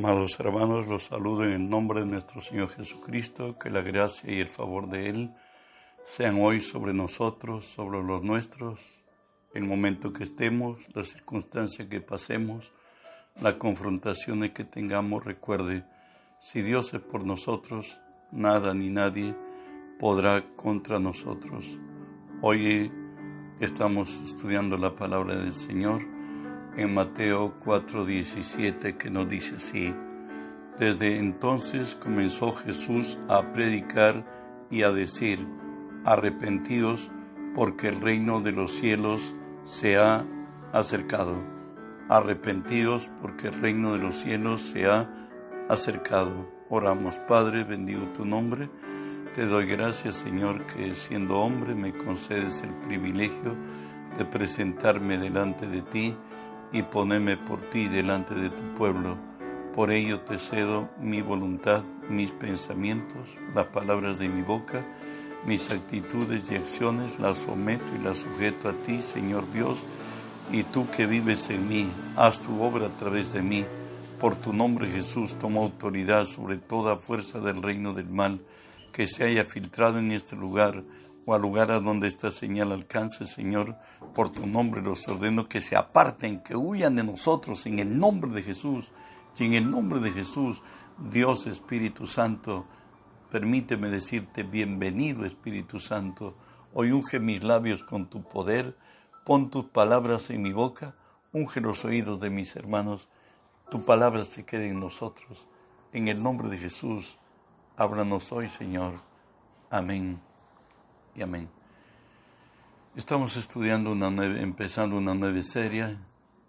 Amados hermanos, los saludo en el nombre de nuestro Señor Jesucristo, que la gracia y el favor de Él sean hoy sobre nosotros, sobre los nuestros, el momento que estemos, la circunstancia que pasemos, las confrontaciones que tengamos. Recuerde, si Dios es por nosotros, nada ni nadie podrá contra nosotros. Hoy estamos estudiando la palabra del Señor en Mateo 4:17, que nos dice así: desde entonces comenzó Jesús a predicar y a decir: arrepentidos, porque el reino de los cielos se ha acercado. Arrepentidos, porque el reino de los cielos se ha acercado. Oramos. Padre, bendigo tu nombre. Te doy gracias, Señor, que siendo hombre me concedes el privilegio de presentarme delante de ti y ponerme por ti delante de tu pueblo. Por ello te cedo mi voluntad, mis pensamientos, las palabras de mi boca, mis actitudes y acciones, las someto y las sujeto a ti, Señor Dios, y tú que vives en mí, haz tu obra a través de mí. Por tu nombre, Jesús, toma autoridad sobre toda fuerza del reino del mal que se haya filtrado en este lugar o al lugar a donde esta señal alcance, Señor. Por tu nombre los ordeno que se aparten, que huyan de nosotros en el nombre de Jesús. Y en el nombre de Jesús, Dios Espíritu Santo, permíteme decirte bienvenido, Espíritu Santo. Hoy unge mis labios con tu poder, pon tus palabras en mi boca, unge los oídos de mis hermanos, tu palabra se quede en nosotros. En el nombre de Jesús, háblanos hoy, Señor. Amén y amén. Estamos estudiando empezando una nueva serie.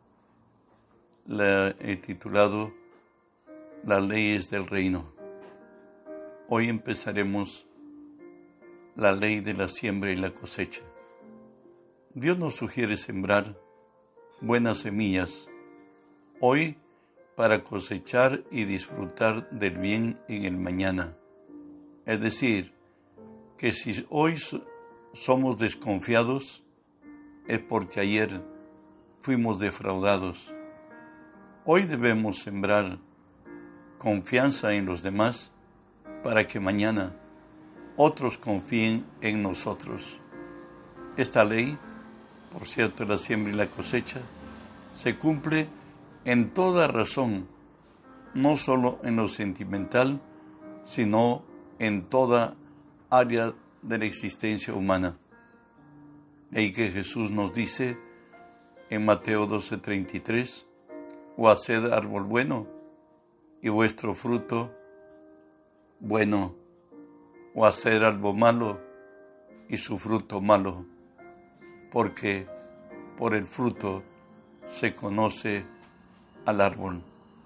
La he titulado Las leyes del reino. Hoy empezaremos la ley de la siembra y la cosecha. Dios nos sugiere sembrar buenas semillas hoy para cosechar y disfrutar del bien en el mañana. Es decir, que si hoy somos desconfiados, es porque ayer fuimos defraudados. Hoy debemos sembrar confianza en los demás para que mañana otros confíen en nosotros. Esta ley, por cierto, la siembra y la cosecha, se cumple en toda razón, no solo en lo sentimental, sino en toda área de la existencia humana. De ahí que Jesús nos dice en Mateo 12:33, o haced árbol bueno y vuestro fruto bueno, o hacer algo malo y su fruto malo, porque por el fruto se conoce al árbol.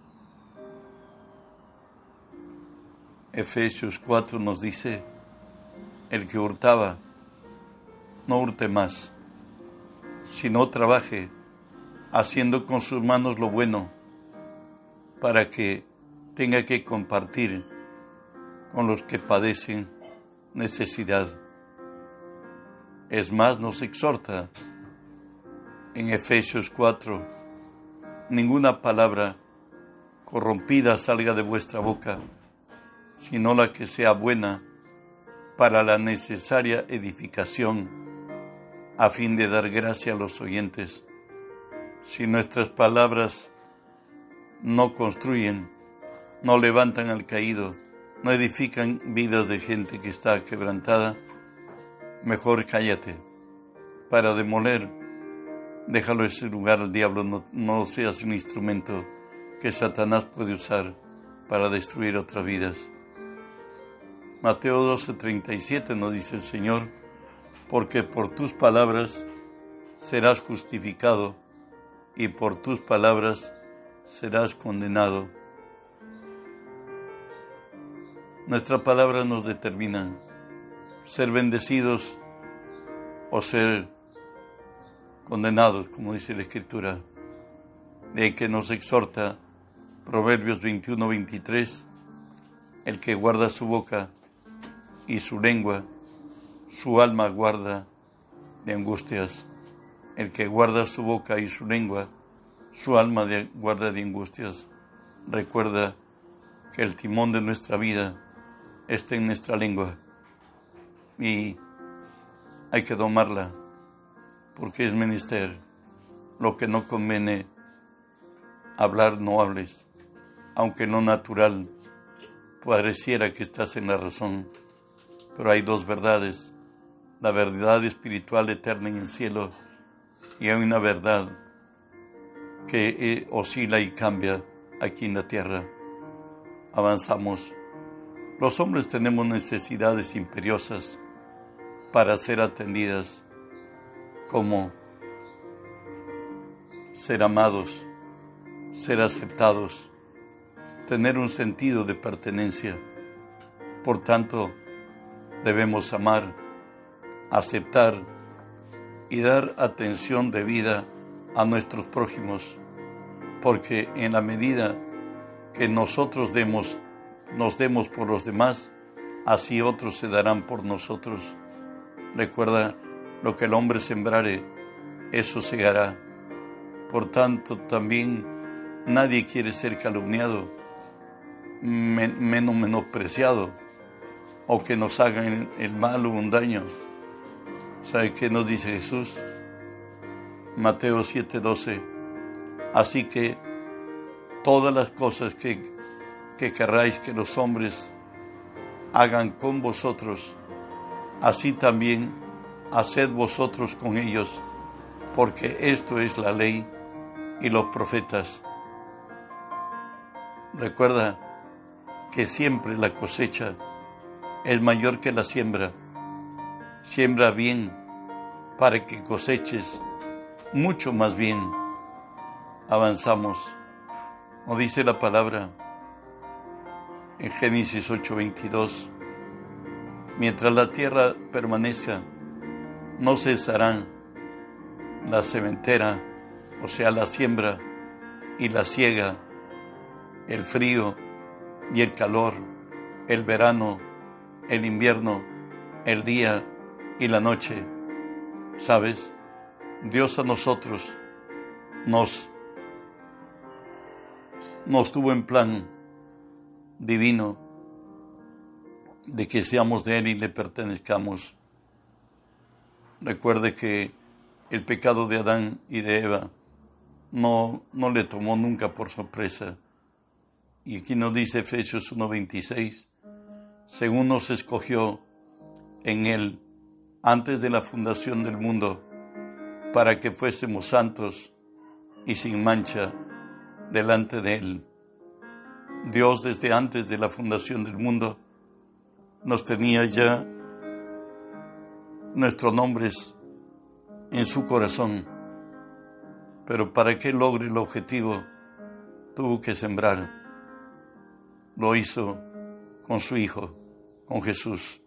Efesios 4 nos dice: el que hurtaba, no hurte más, sino trabaje, haciendo con sus manos lo bueno, para que tenga que compartir con los que padecen necesidad. Es más, nos exhorta en Efesios 4: ninguna palabra corrompida salga de vuestra boca, sino la que sea buena para la necesaria edificación, a fin de dar gracia a los oyentes. Si nuestras palabras no construyen, no levantan al caído, no edifican vidas de gente que está quebrantada, mejor cállate. Para demoler, déjalo ese lugar al diablo, no seas un instrumento que Satanás puede usar para destruir otras vidas. Mateo 12:37 nos dice el Señor: porque por tus palabras serás justificado y por tus palabras serás condenado. Nuestra palabra nos determina ser bendecidos o ser condenados, como dice la Escritura. De ahí que nos exhorta Proverbios 21:23: el que guarda su boca y su lengua, su alma guarda de angustias. El que guarda su boca y su lengua, su alma guarda de angustias. Recuerda que el timón de nuestra vida esté en nuestra lengua y hay que domarla, porque es menester. Lo que no conviene hablar, no hables, aunque en lo natural pareciera que estás en la razón. Pero hay dos verdades: la verdad espiritual eterna en el cielo, y hay una verdad que oscila y cambia aquí en la tierra. Avanzamos. Los hombres tenemos necesidades imperiosas para ser atendidas, como ser amados, ser aceptados, tener un sentido de pertenencia. Por tanto, debemos amar, aceptar y dar atención debida a nuestros prójimos, porque en la medida que nosotros nos demos por los demás, así otros se darán por nosotros. Recuerda, lo que el hombre sembrare, eso segará. Por tanto, también nadie quiere ser calumniado, menospreciado, o que nos hagan el mal o un daño. ¿Sabe qué nos dice Jesús? Mateo 7:12. Así que todas las cosas que querráis que los hombres hagan con vosotros, así también haced vosotros con ellos, porque esto es la ley y los profetas. Recuerda que siempre la cosecha es mayor que la siembra. Siembra bien para que coseches mucho más bien. Avanzamos. Nos dice la palabra en Génesis 8:22: mientras la tierra permanezca, no cesarán la sementera, o sea, la siembra y la siega, el frío y el calor, el verano, el invierno, el día y la noche. ¿Sabes? Dios a nosotros nos tuvo en plan divino de que seamos de Él y le pertenezcamos. Recuerde que el pecado de Adán y de Eva no le tomó nunca por sorpresa. Y aquí nos dice Efesios 1:26: según nos escogió en Él antes de la fundación del mundo, para que fuésemos santos y sin mancha delante de Él. Dios, desde antes de la fundación del mundo, nos tenía ya nuestros nombres en su corazón, pero para que logre el objetivo tuvo que sembrar. Lo hizo con su Hijo, con Jesús.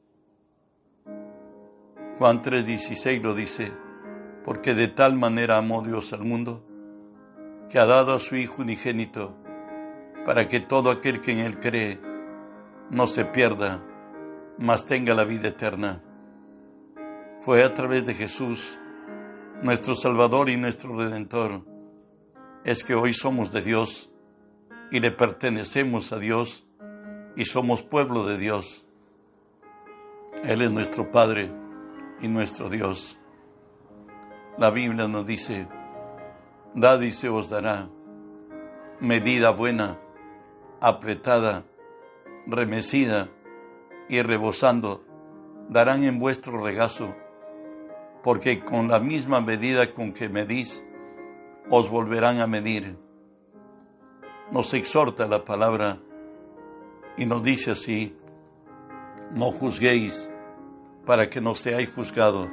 Juan 3:16 lo dice: porque de tal manera amó Dios al mundo, que ha dado a su Hijo unigénito, para que todo aquel que en Él cree no se pierda, mas tenga la vida eterna. Fue a través de Jesús, nuestro Salvador y nuestro Redentor, es que hoy somos de Dios y le pertenecemos a Dios y somos pueblo de Dios. Él es nuestro Padre y nuestro Dios. La Biblia nos dice: dad y se os dará, medida buena, apretada, remecida y rebosando, darán en vuestro regazo, porque con la misma medida con que medís, os volverán a medir. Nos exhorta la palabra y nos dice así: no juzguéis para que no seáis juzgados,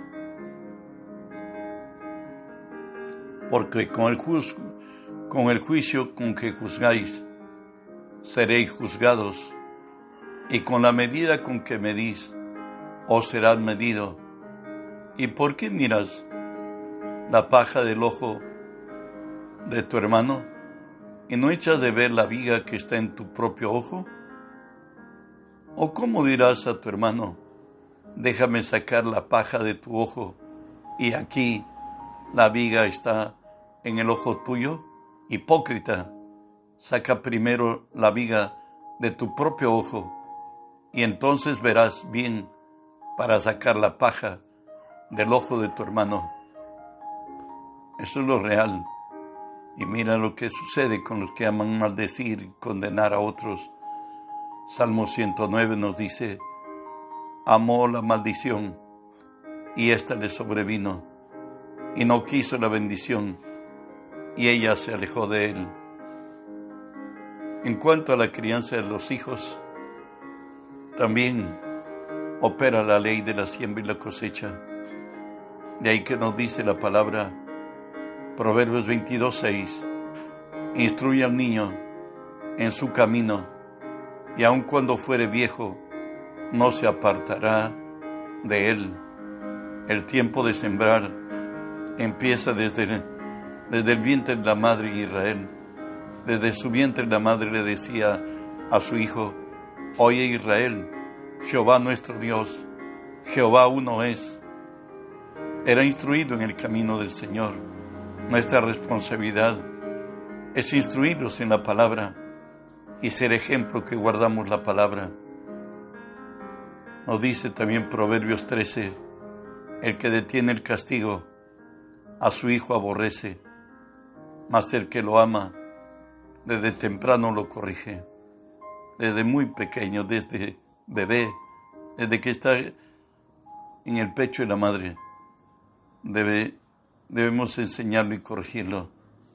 porque con el juicio con que juzgáis, seréis juzgados, y con la medida con que medís, os será medido. ¿Y por qué miras la paja del ojo de tu hermano y no echas de ver la viga que está en tu propio ojo? ¿O cómo dirás a tu hermano: déjame sacar la paja de tu ojo, y aquí la viga está en el ojo tuyo? Hipócrita, saca primero la viga de tu propio ojo, y entonces verás bien para sacar la paja del ojo de tu hermano. Eso es lo real. Y mira lo que sucede con los que aman maldecir y condenar a otros. Salmo 109 nos dice: amó la maldición y ésta le sobrevino, y no quiso la bendición, y ella se alejó de él. En cuanto a la crianza de los hijos, también opera la ley de la siembra y la cosecha. De ahí que nos dice la palabra, Proverbios 22:6, instruye al niño en su camino, y aun cuando fuere viejo, no se apartará de él. El tiempo de sembrar empieza desde el vientre de la madre de Israel. Desde su vientre la madre le decía a su hijo: oye Israel, Jehová nuestro Dios, Jehová uno es. Era instruido en el camino del Señor. Nuestra responsabilidad es instruirlos en la palabra y ser ejemplo que guardamos la palabra. Nos dice también Proverbios 13, el que detiene el castigo a su hijo aborrece, mas el que lo ama desde temprano lo corrige. Desde muy pequeño, desde bebé, desde que está en el pecho de la madre, debemos enseñarlo y corregirlo.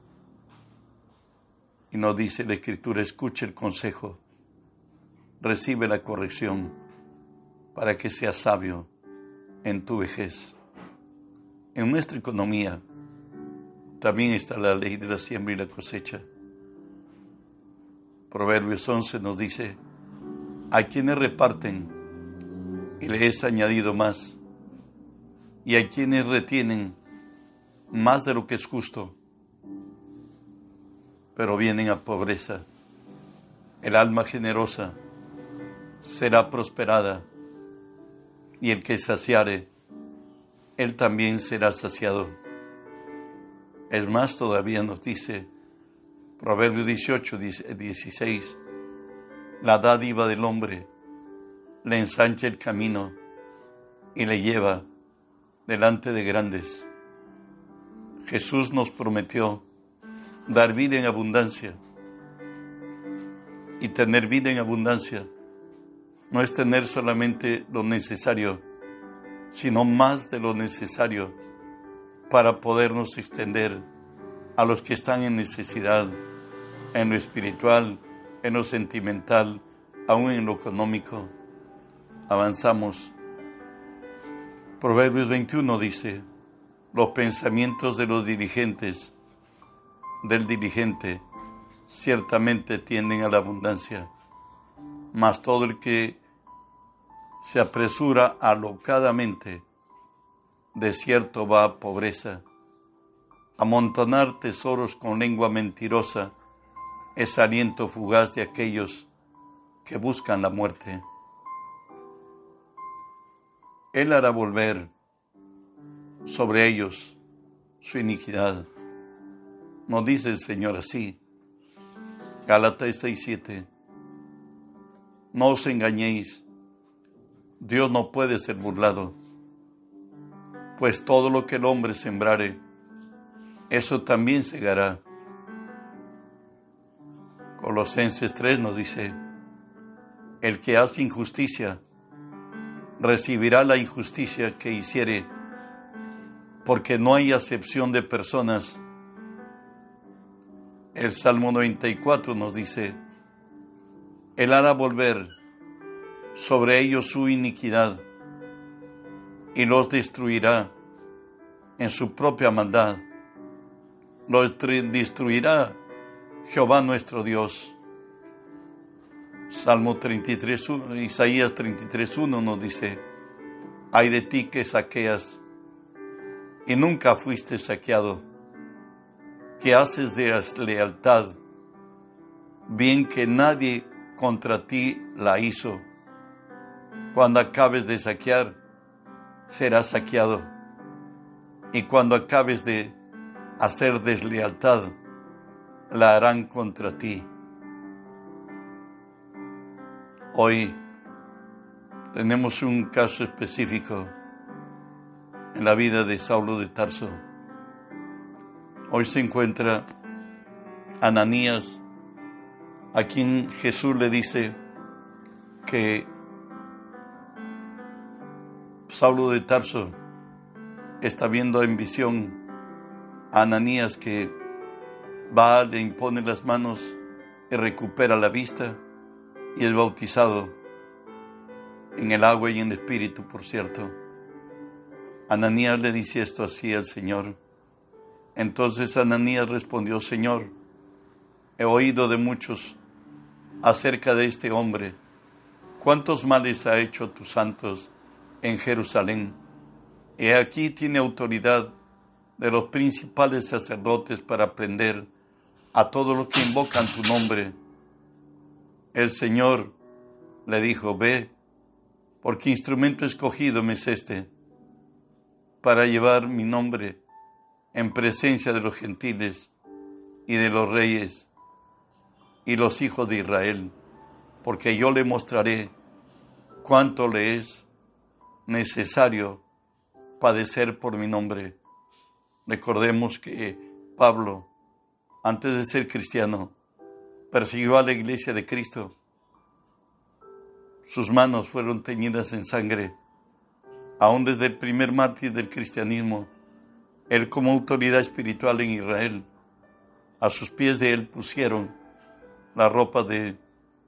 Y nos dice la Escritura: escucha el consejo, recibe la corrección, para que seas sabio en tu vejez. En nuestra economía también está la ley de la siembra y la cosecha. Proverbios 11 nos dice: a quienes reparten y les es añadido más, y a quienes retienen más de lo que es justo, pero vienen a pobreza. El alma generosa será prosperada, y el que saciare, él también será saciado. Es más, todavía nos dice Proverbios 18:16, la dádiva del hombre le ensancha el camino y le lleva delante de grandes. Jesús nos prometió dar vida en abundancia, y tener vida en abundancia no es tener solamente lo necesario, sino más de lo necesario para podernos extender a los que están en necesidad, en lo espiritual, en lo sentimental, aún en lo económico. Avanzamos. Proverbios 21 dice: los pensamientos de los diligentes, del diligente, ciertamente tienden a la abundancia, mas todo el que se apresura alocadamente, de cierto va a pobreza. Amontonar tesoros con lengua mentirosa es aliento fugaz de aquellos que buscan la muerte. Él hará volver sobre ellos su iniquidad. Nos dice el Señor así, Gálatas 6:7. No os engañéis, Dios no puede ser burlado, pues todo lo que el hombre sembrare, eso también segará. Colosenses 3 nos dice: el que hace injusticia recibirá la injusticia que hiciere, porque no hay acepción de personas. El Salmo 94 nos dice: Él hará volver sobre ellos su iniquidad y los destruirá en su propia maldad. Los destruirá Jehová nuestro Dios. Salmo 33:1, Isaías 33:1 nos dice: ay de ti que saqueas y nunca fuiste saqueado, que haces de lealtad, bien que nadie contra ti la hizo. Cuando acabes de saquear, serás saqueado, y cuando acabes de hacer deslealtad, la harán contra ti. Hoy tenemos un caso específico en la vida de Saulo de Tarso. Hoy se encuentra Ananías, a quien Jesús le dice que Saulo de Tarso está viendo en visión a Ananías que va, le impone las manos y recupera la vista y es bautizado en el agua y en el Espíritu, por cierto. Ananías le dice esto así al Señor. Entonces Ananías respondió: Señor, he oído de muchos acerca de este hombre. ¿Cuántos males ha hecho a tus santos en Jerusalén? He aquí tiene autoridad de los principales sacerdotes para prender a todos los que invocan tu nombre. El Señor le dijo: ve, porque instrumento escogido me es este, para llevar mi nombre en presencia de los gentiles y de los reyes y los hijos de Israel, porque yo le mostraré cuánto le es necesario padecer por mi nombre. Recordemos que Pablo, antes de ser cristiano, persiguió a la iglesia de Cristo. Sus manos fueron teñidas en sangre. Aún desde el primer mártir del cristianismo, él como autoridad espiritual en Israel, a sus pies de él pusieron la ropa de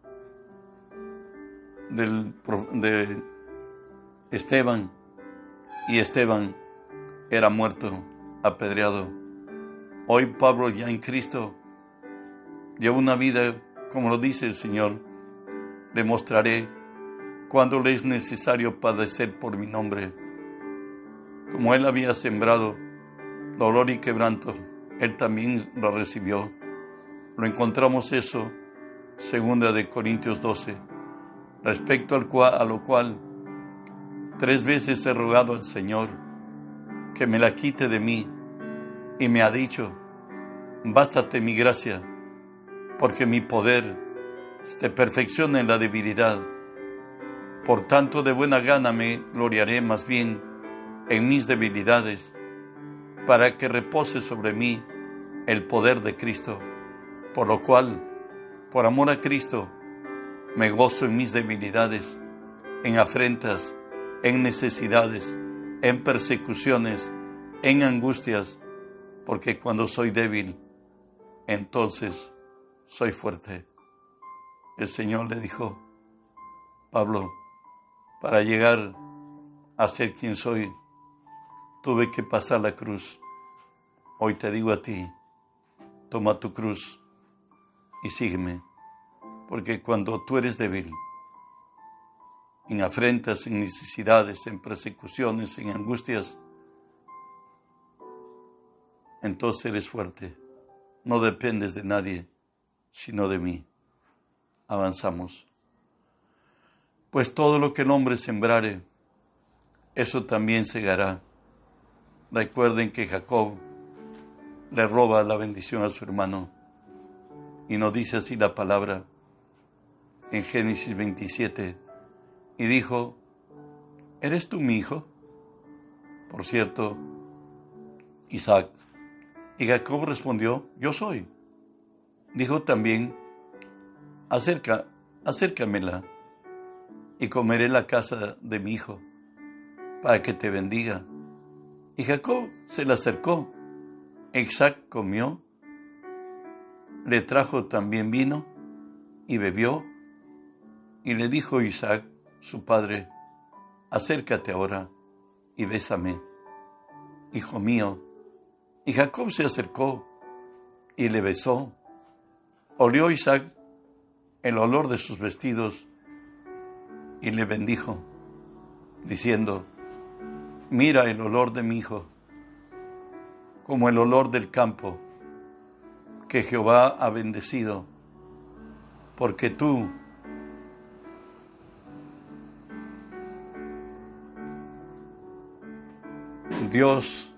Esteban, y Esteban era muerto, apedreado. Hoy Pablo, ya en Cristo, lleva una vida, como lo dice el Señor: le mostraré cuándo le es necesario padecer por mi nombre. Como él había sembrado dolor y quebranto, él también lo recibió. Lo encontramos eso, 2 Corintios 12, respecto a lo cual 3 veces he rogado al Señor que me la quite de mí, y me ha dicho: bástate mi gracia, porque mi poder se perfecciona en la debilidad. Por tanto, de buena gana me gloriaré más bien en mis debilidades, para que repose sobre mí el poder de Cristo. Por lo cual, por amor a Cristo, me gozo en mis debilidades, en afrentas, en necesidades, en persecuciones, en angustias, porque cuando soy débil, entonces soy fuerte. El Señor le dijo: Pablo, para llegar a ser quien soy, tuve que pasar la cruz. Hoy te digo a ti: toma tu cruz y sígueme, porque cuando tú eres débil, en afrentas, en necesidades, en persecuciones, en angustias, entonces eres fuerte. No dependes de nadie, sino de mí. Avanzamos. Pues todo lo que el hombre sembrare, eso también segará. Recuerden que Jacob le roba la bendición a su hermano, y nos dice así la palabra en Génesis 27, y dijo: ¿eres tú mi hijo? Por cierto, Isaac. Y Jacob respondió: yo soy. Dijo también: acércamela, y comeré la casa de mi hijo, para que te bendiga. Y Jacob se le acercó. Isaac comió, le trajo también vino, y bebió. Y le dijo Isaac, su padre: acércate ahora y bésame, hijo mío. Y Jacob se acercó y le besó. Olió Isaac el olor de sus vestidos y le bendijo, diciendo: mira el olor de mi hijo, como el olor del campo que Jehová ha bendecido, porque tú Dios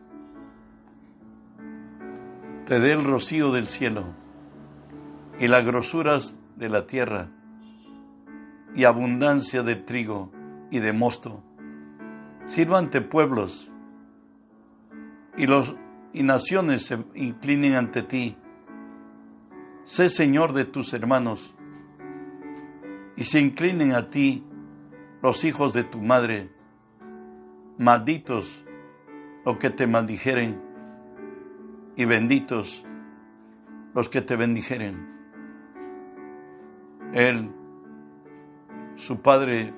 te dé el rocío del cielo y las grosuras de la tierra, y abundancia de trigo y de mosto. Sirva ante pueblos y naciones se inclinen ante ti. Sé Señor de tus hermanos y se inclinen a ti los hijos de tu madre. Malditos los que te maldijeren y benditos los que te bendijeren. Él, su padre,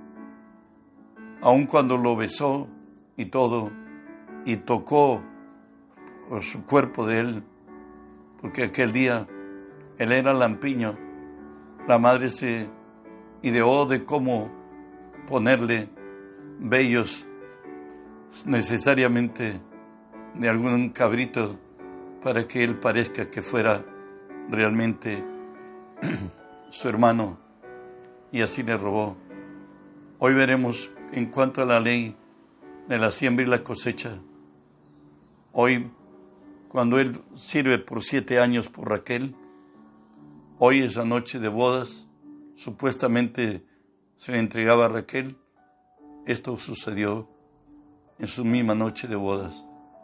aun cuando lo besó y todo, y tocó su cuerpo de él, porque aquel día él era lampiño, la madre se ideó de cómo ponerle vellos necesariamente de algún cabrito para que él parezca que fuera realmente su hermano, y así le robó. Hoy veremos en cuanto a la ley de la siembra y la cosecha. Hoy, cuando él sirve por 7 años por Raquel, hoy es la noche de bodas, supuestamente se le entregaba a Raquel. Esto sucedió en su misma noche de bodas.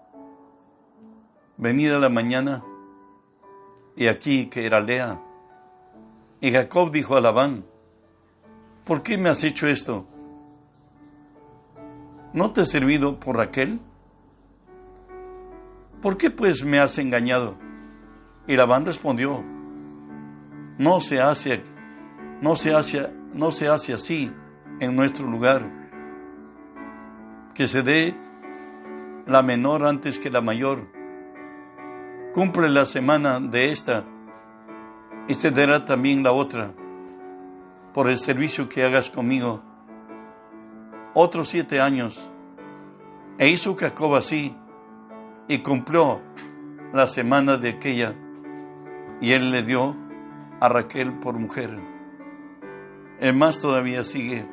Venida la mañana, y aquí que era Lea, y Jacob dijo a Labán: ¿por qué me has hecho esto? ¿No te he servido por Raquel? ¿Por qué pues me has engañado? Y Labán respondió: no se hace así en nuestro lugar, que se dé la menor antes que la mayor. Cumple la semana de esta y se dará también la otra, por el servicio que hagas conmigo. Otros 7 años. E hizo Jacob así, y cumplió la semana de aquella, y él le dio a Raquel por mujer. El más todavía sigue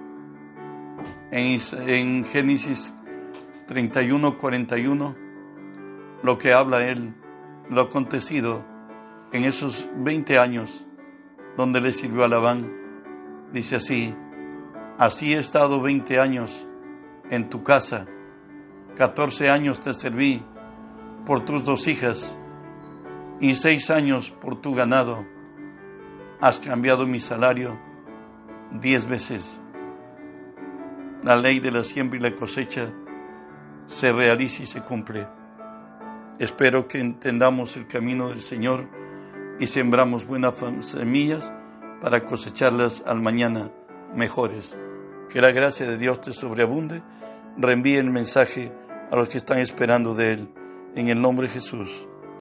en Génesis 31:41, lo que habla él, lo acontecido en esos 20 años donde le sirvió a Labán. Dice así: así he estado 20 años en tu casa, 14 años te serví por tus 2 hijas y 6 años por tu ganado. Has cambiado mi salario 10 veces. La ley de la siembra y la cosecha se realiza y se cumple. Espero que entendamos el camino del Señor y sembramos buenas semillas para cosecharlas al mañana mejores. Que la gracia de Dios te sobreabunde. Reenvíe el mensaje a los que están esperando de Él. En el nombre de Jesús.